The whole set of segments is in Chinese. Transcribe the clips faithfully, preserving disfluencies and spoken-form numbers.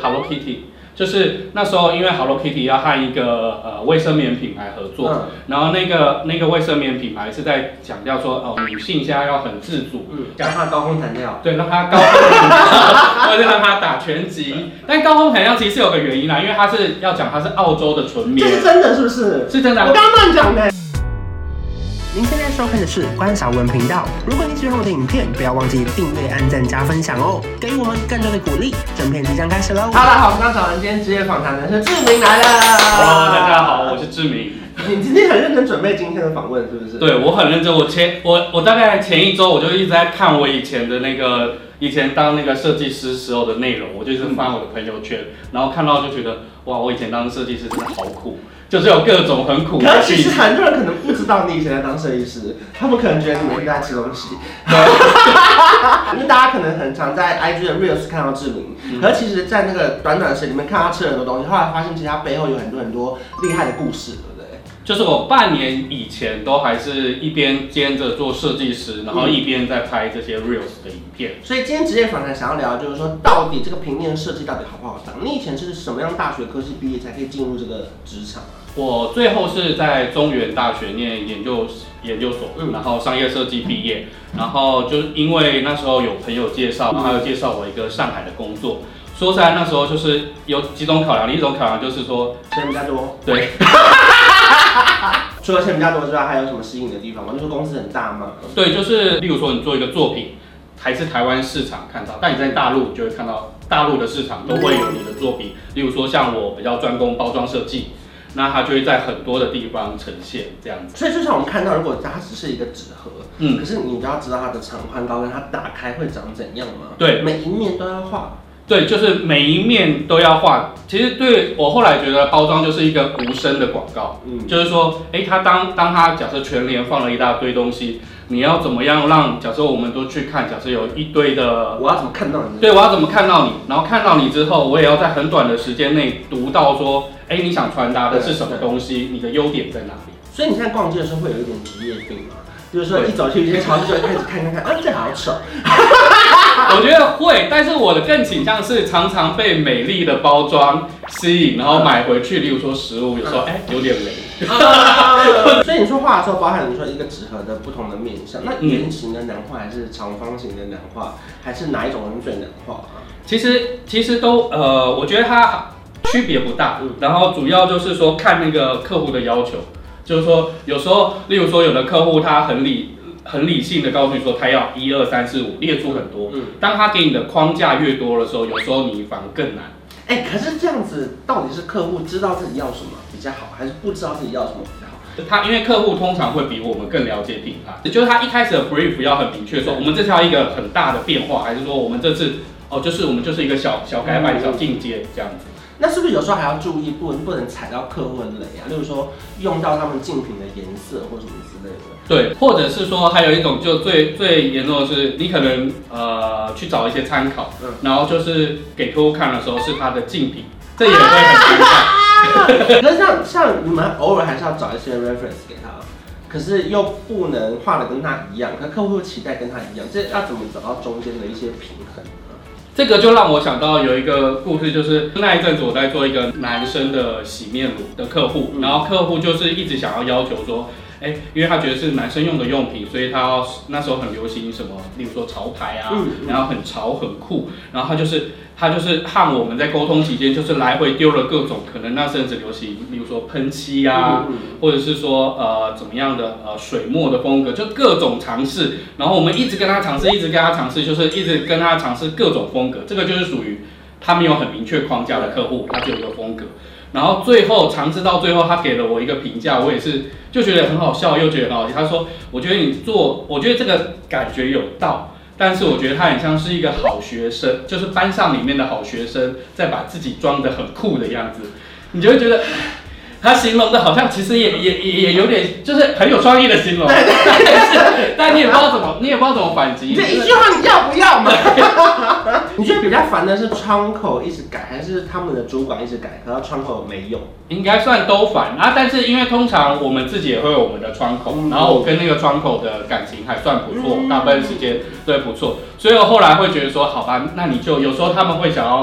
Hello Kitty。就是那时候，因为 Hello Kitty 要和一个呃卫生棉品牌合作，嗯、然后那个那个卫生棉品牌是在强调说，哦、呃，女性现在要很自主， 嗯，让她高空弹跳， 对，让她高空弹跳，或者让她打拳击。但高空弹跳其实是有个原因啦，因为它是要讲它是澳洲的纯棉， 这是真的是不是？ 是真的、啊， 我刚刚乱讲的。您现在收看的是关少文频道。如果你喜欢我的影片，不要忘记订阅、按赞、加分享哦，给予我们更多的鼓励。正片即将开始喽！大家好，我是关少文，今天职业访谈的是志明来了。 Hello， 大家好，我是志明。 你今天很认真准备今天的访问，是不是？ 对，我很认真。我前我我大概前一周我就一直在看我以前的那个以前当那个设计师时候的内容，我就一直翻我的朋友圈，然后看到就觉得哇，我以前当设计师真的好苦。就是有各种很苦的。 可是其实很多人可能不知道你以前在当设计师，他们可能觉得你每天在吃东西。因为大家可能很常在 I G 的 Reels 看到志明，嗯、可是其实，在那个短短的时间里面看他吃了很多东西，后来发现其实他背后有很多很多厉害的故事，对不对？ 就是我半年以前都还是一边兼着做设计师，然后一边在拍这些 Reels 的影片。 嗯、所以今天职业访谈想要聊，就是说到底这个平面设计到底好不好当？你以前是什么样大学科系毕业才可以进入这个职场啊？ 我最后是在中原大学念研究研究所，嗯、然后商业设计毕业，然后就是因为那时候有朋友介绍，然后还有介绍我一个上海的工作。说实在，那时候就是有几种考量，一种考量就是说钱比较多， 对。 除了钱比较多之外，还有什么吸引的地方吗？就是公司很大吗？ 对，就是例如说你做一个作品，还是台湾市场看到，但你在大陆就会看到大陆的市场都会有你的作品。例如说像我比较专攻包装设计。那它就会在很多的地方呈现这样子， 所以就像我们看到，如果它只是一个纸盒，嗯，可是你都要知道它的长宽高跟它打开会长怎样嘛？ 对， 每一面都要画。 对，就是每一面都要画。其实对我后来觉得包装就是一个无声的广告，嗯，就是说，哎、欸，它当当它假设全联放了一大堆东西，你要怎么样让假设我们都去看，假设有一堆的， 我要怎么看到你？ 对，我要怎么看到你？然后看到你之后，我也要在很短的时间内读到说。哎，你想传达的是什么东西？你的优点在哪里？ 所以你现在逛街的时候会有一点职业病吗？就是说一走去一些超市就会开始看看看，啊，这好丑。 我觉得会，但是我的更倾向是常常被美丽的包装吸引，然后买回去。例如说食物，有时候哎有点雷。 所以你说画的时候，包含你说一个纸盒的不同的面向，那圆形的难画还是长方形的难画，还是哪一种人最难画啊？ 其实其实都呃，我觉得它。区别不大，然后主要就是说看那个客户的要求，就是说有时候，例如说有的客户他很理很理性的告诉你说他要一二三四五列出很多，嗯、当他给你的框架越多的时候，有时候你反而更难。 哎、欸，可是这样子到底是客户知道自己要什么比较好，还是不知道自己要什么比较好？ 他因为客户通常会比我们更了解品牌，就是他一开始的 brief 要很明确，说我们这次要一个很大的变化，还是说我们这次哦就是我们就是一个小小改版、小进阶这样子。 那是不是有时候还要注意，不能不能踩到客户的雷啊？例如说用到他们竞品的颜色或什么之类的。 对，或者是说还有一种就最最严重的是，你可能呃去找一些参考，嗯、然后就是给客户看的时候是他的竞品，这也会很尴尬。 可是像像你们偶尔还是要找一些 reference 给他，可是又不能画的跟他一样，可客户又期待跟他一样，这要怎么找到中间的一些平衡？ 这个就让我想到有一个故事，就是那一阵子我在做一个男生的洗面乳的客户，然后客户就是一直想要要求说，哎、欸，因为他觉得是男生用的用品，所以他要那时候很流行什么，例如说潮牌啊，然后很潮很酷，然后他就是他就是和我们在沟通期间，就是来回丢了各种可能那阵子流行，例如说喷漆啊，或者是说呃怎么样的呃水墨的风格，就各种尝试，然后我们一直跟他尝试，一直跟他尝试，就是一直跟他尝试各种风格，这个就是属于他没有很明确框架的客户，他只有一个风格。然后最后尝试到最后，他给了我一个评价，我也是就觉得很好笑，又觉得很好笑。他说：“我觉得你做，我觉得这个感觉有到，但是我觉得他很像是一个好学生，就是班上里面的好学生，在把自己装得很酷的样子。”你就会觉得他形容的好像其实也也也也有点就是很有创意的形容，但是但你也不知道怎么，你也不知道怎么反击。 这一句话你要不要嘛？你觉得比较烦的是窗口一直改，还是他们的主管一直改，可是窗口没用？ 应该算都烦啊，但是因为通常我们自己也会有我们的窗口，嗯、然后我跟那个窗口的感情还算不错，嗯、大部分时间都不错，所以我后来会觉得说，好吧，那你就有时候他们会想要。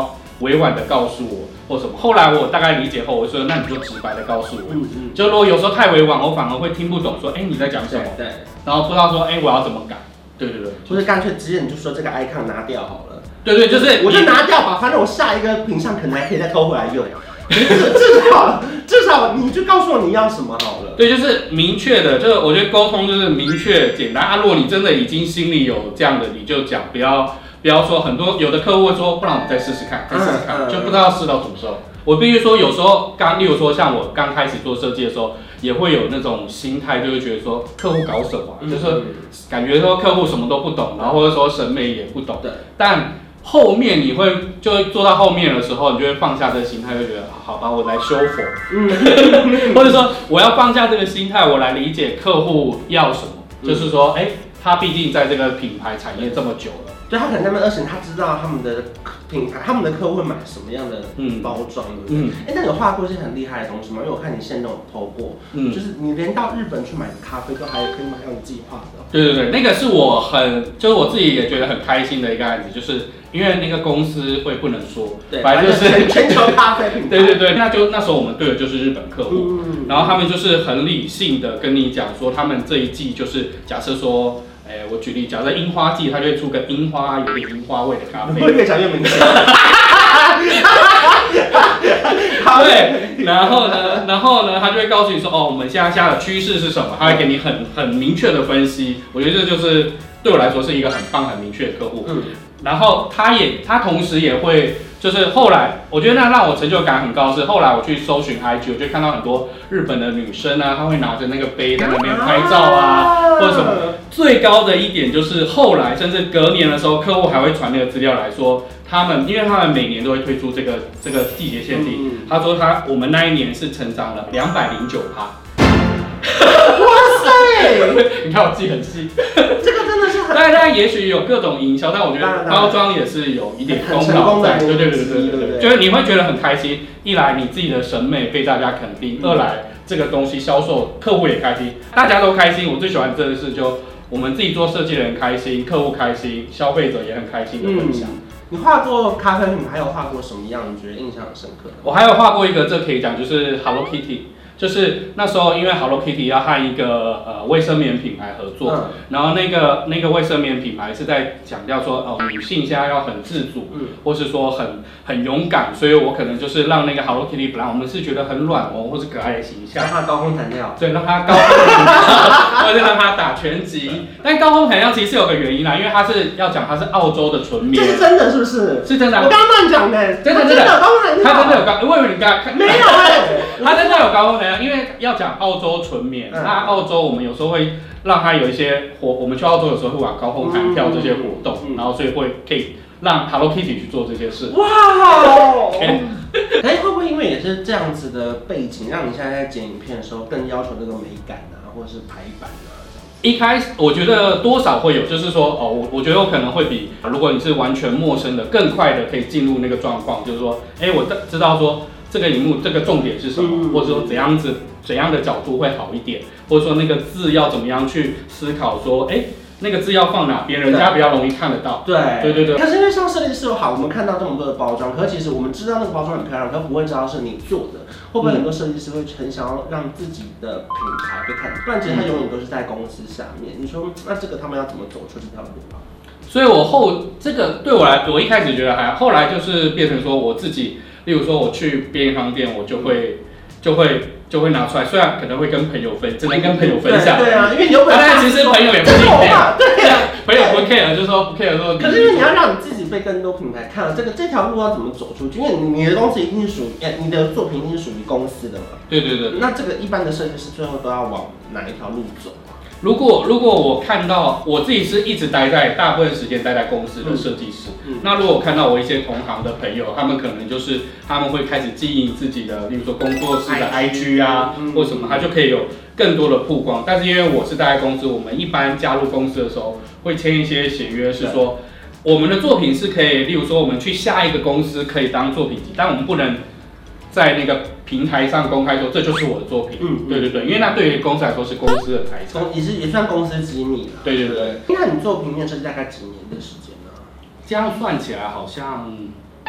委婉的告诉我或什么。后来我大概理解后，我说那你就直白的告诉我。 嗯嗯。 就如果有时候太委婉，我反而会听不懂，说哎、欸、你在讲什么？ 对。 然后不知道说哎、欸、我要怎么改。对对对。 或者干脆直接你就说这个 icon 拿掉好了。 对对，就是我就拿掉吧，反正我下一个品相可能还可以再偷回来用。至少至少你就告诉我你要什么好了。 对，就是明确的，就是我觉得沟通就是明确简单啊。如果你真的已经心里有这样的，你就讲，不要不要说很多有的客户会说，不然我们再试试看，再试试看，嗯嗯、就不知道试到什么时候。我必须说，有时候刚，例如说像我刚开始做设计的时候，也会有那种心态，就是觉得说客户搞什么、啊，嗯、就是感觉说客户什么都不懂，然后或者说审美也不懂。对，但后面你会就做到后面的时候，你就会放下这个心态，就觉得好吧，我来修佛，嗯，或者说我要放下这个心态，我来理解客户要什么，嗯、就是说，哎、欸，他毕竟在这个品牌产业这么久了， 对他可能在那边二十年，他知道他们的品牌，他们的客户会买什么样的包装，嗯，哎、欸，那你有画过一些很厉害的东西吗？因为我看你现在有投过，嗯，就是你连到日本去买咖啡都还可以买到你自己画的。 对对对，那个是我很，就是我自己也觉得很开心的一个案子，就是因为那个公司会不能说， 对， 反正就是全球咖啡品牌。 对对对，那就那时候我们对的就是日本客户，嗯、然后他们就是很理性的跟你讲说，他们这一季就是假设说。哎、欸，我举例，假设樱花季，它就会出个樱花有点樱花味的咖啡， 会越讲越明显。 对，然后呢，然后呢，他就会告诉你说，哦，我们现在下的趋势是什么？他会给你很很明确的分析。我觉得这就是对我来说是一个很棒、很明确的客户。嗯，然后他也，他同时也会。就是后来，我觉得那让我成就感很高是后来我去搜寻 I G， 我就看到很多日本的女生啊，她会拿着那个杯在那边拍照啊，或者什么。最高的一点就是后来，甚至隔年的时候，客户还会传那个资料来说，他们因为他们每年都会推出这个这个季节限定，嗯、他说他我们那一年是成长了两百零九趴。 哇塞！ 你看我记很细， 这个真的是很…… 当然，当然，也许有各种营销，但我觉得包装也是有一点功劳在。对对对对对对，就是你会觉得很开心。一来你自己的审美被大家肯定，嗯、二来这个东西销售客户也开心，大家都开心。我最喜欢这件事，就我们自己做设计的人开心，客户开心，消费者也很开心的分享。 嗯你画过咖啡品牌，还有画过什么样你觉得印象很深刻的？ 我还有画过一个，这可以讲，就是 Hello Kitty。就是那时候，因为 Hello Kitty 要和一个呃卫生棉品牌合作，嗯、然后那个那个卫生棉品牌是在强调说，哦，女性现在要很自主，嗯、或是说很很勇敢，所以我可能就是让那个 Hello Kitty 本来我们是觉得很软萌或是可爱的形象， 让它高空弹跳， 对，让它高空弹跳，或者让它打拳击。但高空弹跳其实是有个原因啦，因为它是要讲它是澳洲的纯棉， 这是真的是不是？ 是真的、啊， 我刚刚乱讲的， 真的真的高空弹跳， 它真的有高，我以为你刚刚没有哎、欸， 它真的有高空弹跳。因为要讲澳洲纯棉，那、嗯、澳洲我们有时候会让它有一些活，我们去澳洲有时候会玩高空弹跳这些活动，嗯嗯、然后所以会可以让 Hello Kitty 去做这些事。 哇哦！哎，会不会因为也是这样子的背景，让你现在在剪影片的时候更要求这个美感啊，或者是排版啊？ 一开始我觉得多少会有，就是说哦，我我觉得我可能会比如果你是完全陌生的，更快的可以进入那个状况，就是说，哎，我知道说。这个荧幕这个重点是什么，嗯、或者说怎样子怎样的角度会好一点，或者说那个字要怎么样去思考说，哎，那个字要放哪边，人家比较容易看得到。 对对对对。 可是因为像设计师好，我们看到这么多的包装，可是其实我们知道那个包装很漂亮，可不会知道是你做的。会不会很多设计师会很想要让自己的品牌被看到？不然其实他永远都是在公司下面。你说那这个他们要怎么走出这条路啊？ 所以我后这个对我来，我一开始觉得还，后来就是变成说我自己。例如说我去便利商店，我就会就会就会拿出来，虽然可能会跟朋友分，只能跟朋友分享。 对, 对啊，因为你又不但其实朋友也不 care， 对啊， 朋友不 care 就说不 care 说。 可是因为你要让你自己被更多品牌看到，这个这条路要怎么走出去？因为你的公司一定是属于，你的作品一定是属于公司的嘛。 对对对。 那这个一般的设计师最后都要往哪一条路走？ 如果如果我看到我自己是一直待在大部分时间待在公司的设计师，嗯嗯、那如果看到我一些同行的朋友，他们可能就是他们会开始经营自己的，例如说工作室的 I G 啊，嗯、或什么，他就可以有更多的曝光。但是因为我是待在公司，我们一般加入公司的时候会签一些协约，是说我们的作品是可以，例如说我们去下一个公司可以当作品集，但我们不能在那个平台上公开说这就是我的作品，嗯，对对对，因为那对于公司来说是公司的财产， 也是也算公司机密了。 对对对。 那你做平面设计大概几年的时间呢？ 这样算起来好像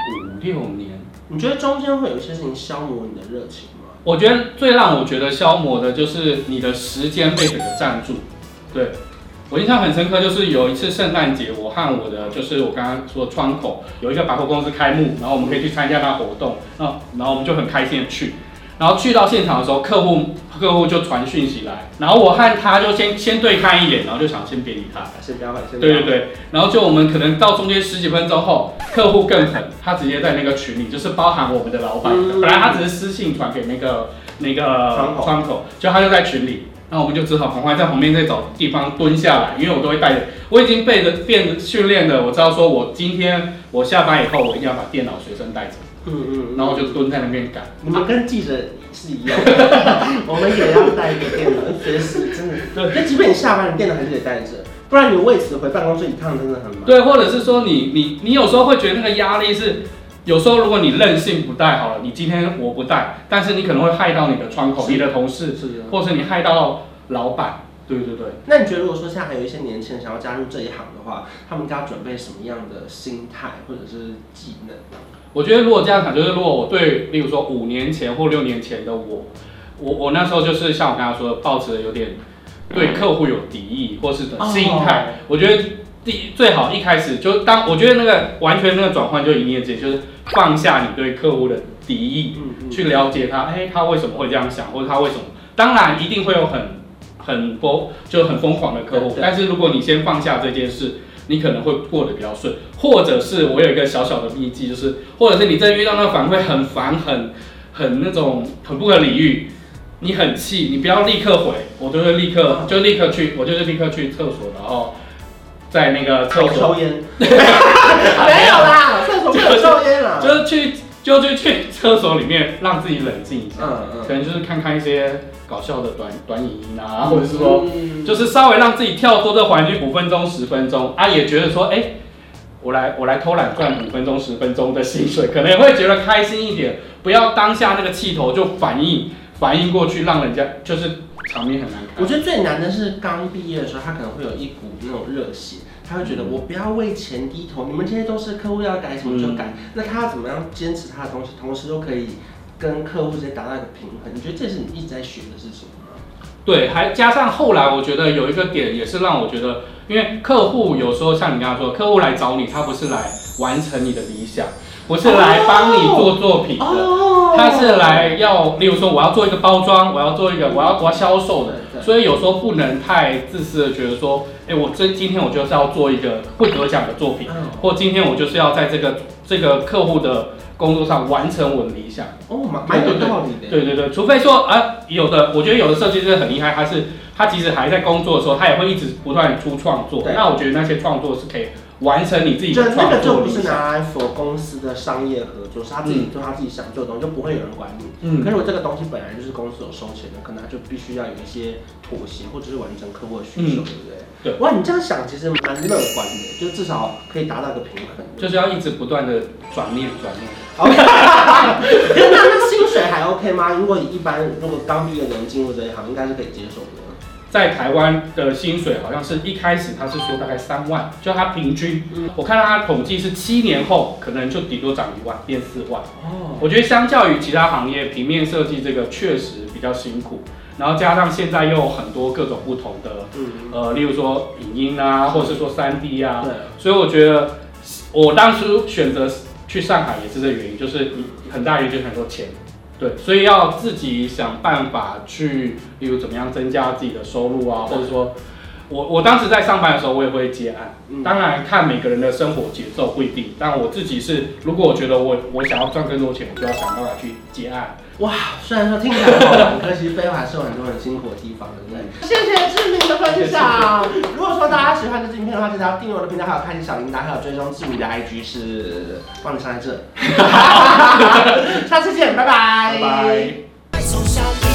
五六年。 你觉得中间会有一些事情消磨你的热情吗？ 我觉得最让我觉得消磨的就是你的时间被整个占住。对，我印象很深刻，就是有一次圣诞节，我和我的就是我刚刚说的窗口有一个百货公司开幕，然后我们可以去参加那活动，然后然后我们就很开心的去。然后去到现场的时候，客户客户就传讯息来，然后我和他就先先对看一眼，然后就想先别理他， 先不要回，先对对对，然后就我们可能到中间十几分钟后，客户更狠，他直接在那个群里，就是包含我们的老板的，嗯、本来他只是私信传给那个那个窗口，窗口，就他就在群里，然后我们就只好赶快在旁边再找地方蹲下来，因为我都会带着，我已经被着变训练的，我知道说我今天我下班以后，我一定要把电脑随身带着。嗯嗯，然后就蹲在那边赶。 你们跟记者是一样的，我们也要带一个电脑，随时真的。对，那即便你下班，你电脑还是得带着，不然你为此回办公室一趟真的很忙。 对，或者是说你你你有时候会觉得那个压力是，有时候如果你任性不带好了，你今天我不带，但是你可能会害到你的窗口、你的同事，是，或者是你害到老板。对对对。 那你觉得如果说现在还有一些年轻人想要加入这一行的话，他们应该要准备什么样的心态或者是技能？ 我觉得如果这样讲，就是如果我对，例如说五年前或六年前的我，我我那时候就是像我刚才说的，抱持有点对客户有敌意或是的心态， oh. 我觉得第最好一开始就当我觉得那个完全那个转换就一念之间，就是放下你对客户的敌意，嗯、去了解他，哎、欸，他为什么会这样想，或者他为什么，当然一定会有很很疯就很疯狂的客户，但是如果你先放下这件事。你可能会过得比较顺，或者是我有一个小小的秘技，就是或者是你真的遇到那个反馈很烦、很很那种很不可理喻，你很气，你不要立刻回，我就会立刻就立刻去，我就是立刻去厕所，然后在那个厕所抽烟，没有啦，厕所没有抽烟啦， 就是去就去去厕所里面让自己冷静一下，嗯嗯，可能就是看看一些。搞笑的短短影音啊，或者是说，就是稍微让自己跳脱这环境五分钟、十分钟啊，也觉得说，哎、欸，我来我来偷懒赚五分钟、十分钟的薪水，可能也会觉得开心一点，不要当下那个气头就反应反应过去，让人家就是场面很难看。 我觉得最难的是刚毕业的时候，他可能会有一股那种热血。他会觉得我不要为钱低头，你们这些都是客户要改什么就改，嗯、那他要怎么样坚持他的东西，同时又可以跟客户之间达到一个平衡？你觉得这是你一直在学的事情吗？ 对，还加上后来我觉得有一个点也是让我觉得，因为客户有时候像你刚刚说，客户来找你，他不是来完成你的理想，不是来帮你做作品的，哦、他是来要，例如说我要做一个包装，我要做一个，我要我要销售的。所以有时候不能太自私的觉得说，哎、欸，我真今天我就是要做一个会得奖的作品，嗯、或今天我就是要在这个这个客户的工作上完成我的理想。 哦，蛮蛮有道理的。 对对对，除非说啊，有的我觉得有的设计师很厉害，他是他即使还在工作的时候，他也会一直不断出创作。那我觉得那些创作是可以完成你自己的创作理想。 那个就不是拿来 for 公司的商业合作，是他自己做他自己想做的东西，就不会有人管你。嗯。可是我这个东西本来就是公司有收钱的，可能他就必须要有一些妥协，或者是完成客户的需求，嗯、对不对？对。哇，你这样想其实蛮乐观的，就至少可以达到一个平衡。 就是要一直不断的转念转念。 OK。那那薪水还 OK 吗？如果一般如果刚毕业的人进入这一行，应该是可以接受的。 在台湾的薪水好像是一开始他是说大概三万，就他平均，嗯、我看到他统计是七年后可能就顶多涨一万，变四万。哦，我觉得相较于其他行业，平面设计这个确实比较辛苦，然后加上现在又有很多各种不同的，嗯、呃，例如说影音啊，或者是说三 D 啊，所以我觉得我当初选择去上海也是这个原因，就是很大原因就是很多钱。对，所以要自己想办法去，例如怎么样增加自己的收入啊，或者说，我我当时在上班的时候，我也会接案。嗯、当然看每个人的生活节奏不一定，但我自己是，如果我觉得我我想要赚更多钱，我就要想办法去接案。 哇，虽然说听起来好玩，可惜背后还是有很多很辛苦的地方，对不对？谢谢志明的分享。如果说大家喜欢这支影片的话，记得要订阅我的频道，还有开启小铃铛，还有追踪志明的 I G 是帮你上在这。下次见，拜拜。 拜拜。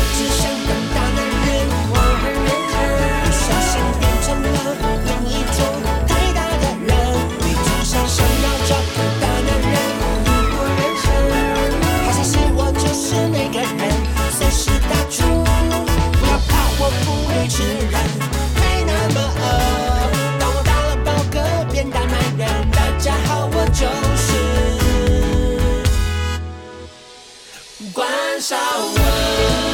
关少文。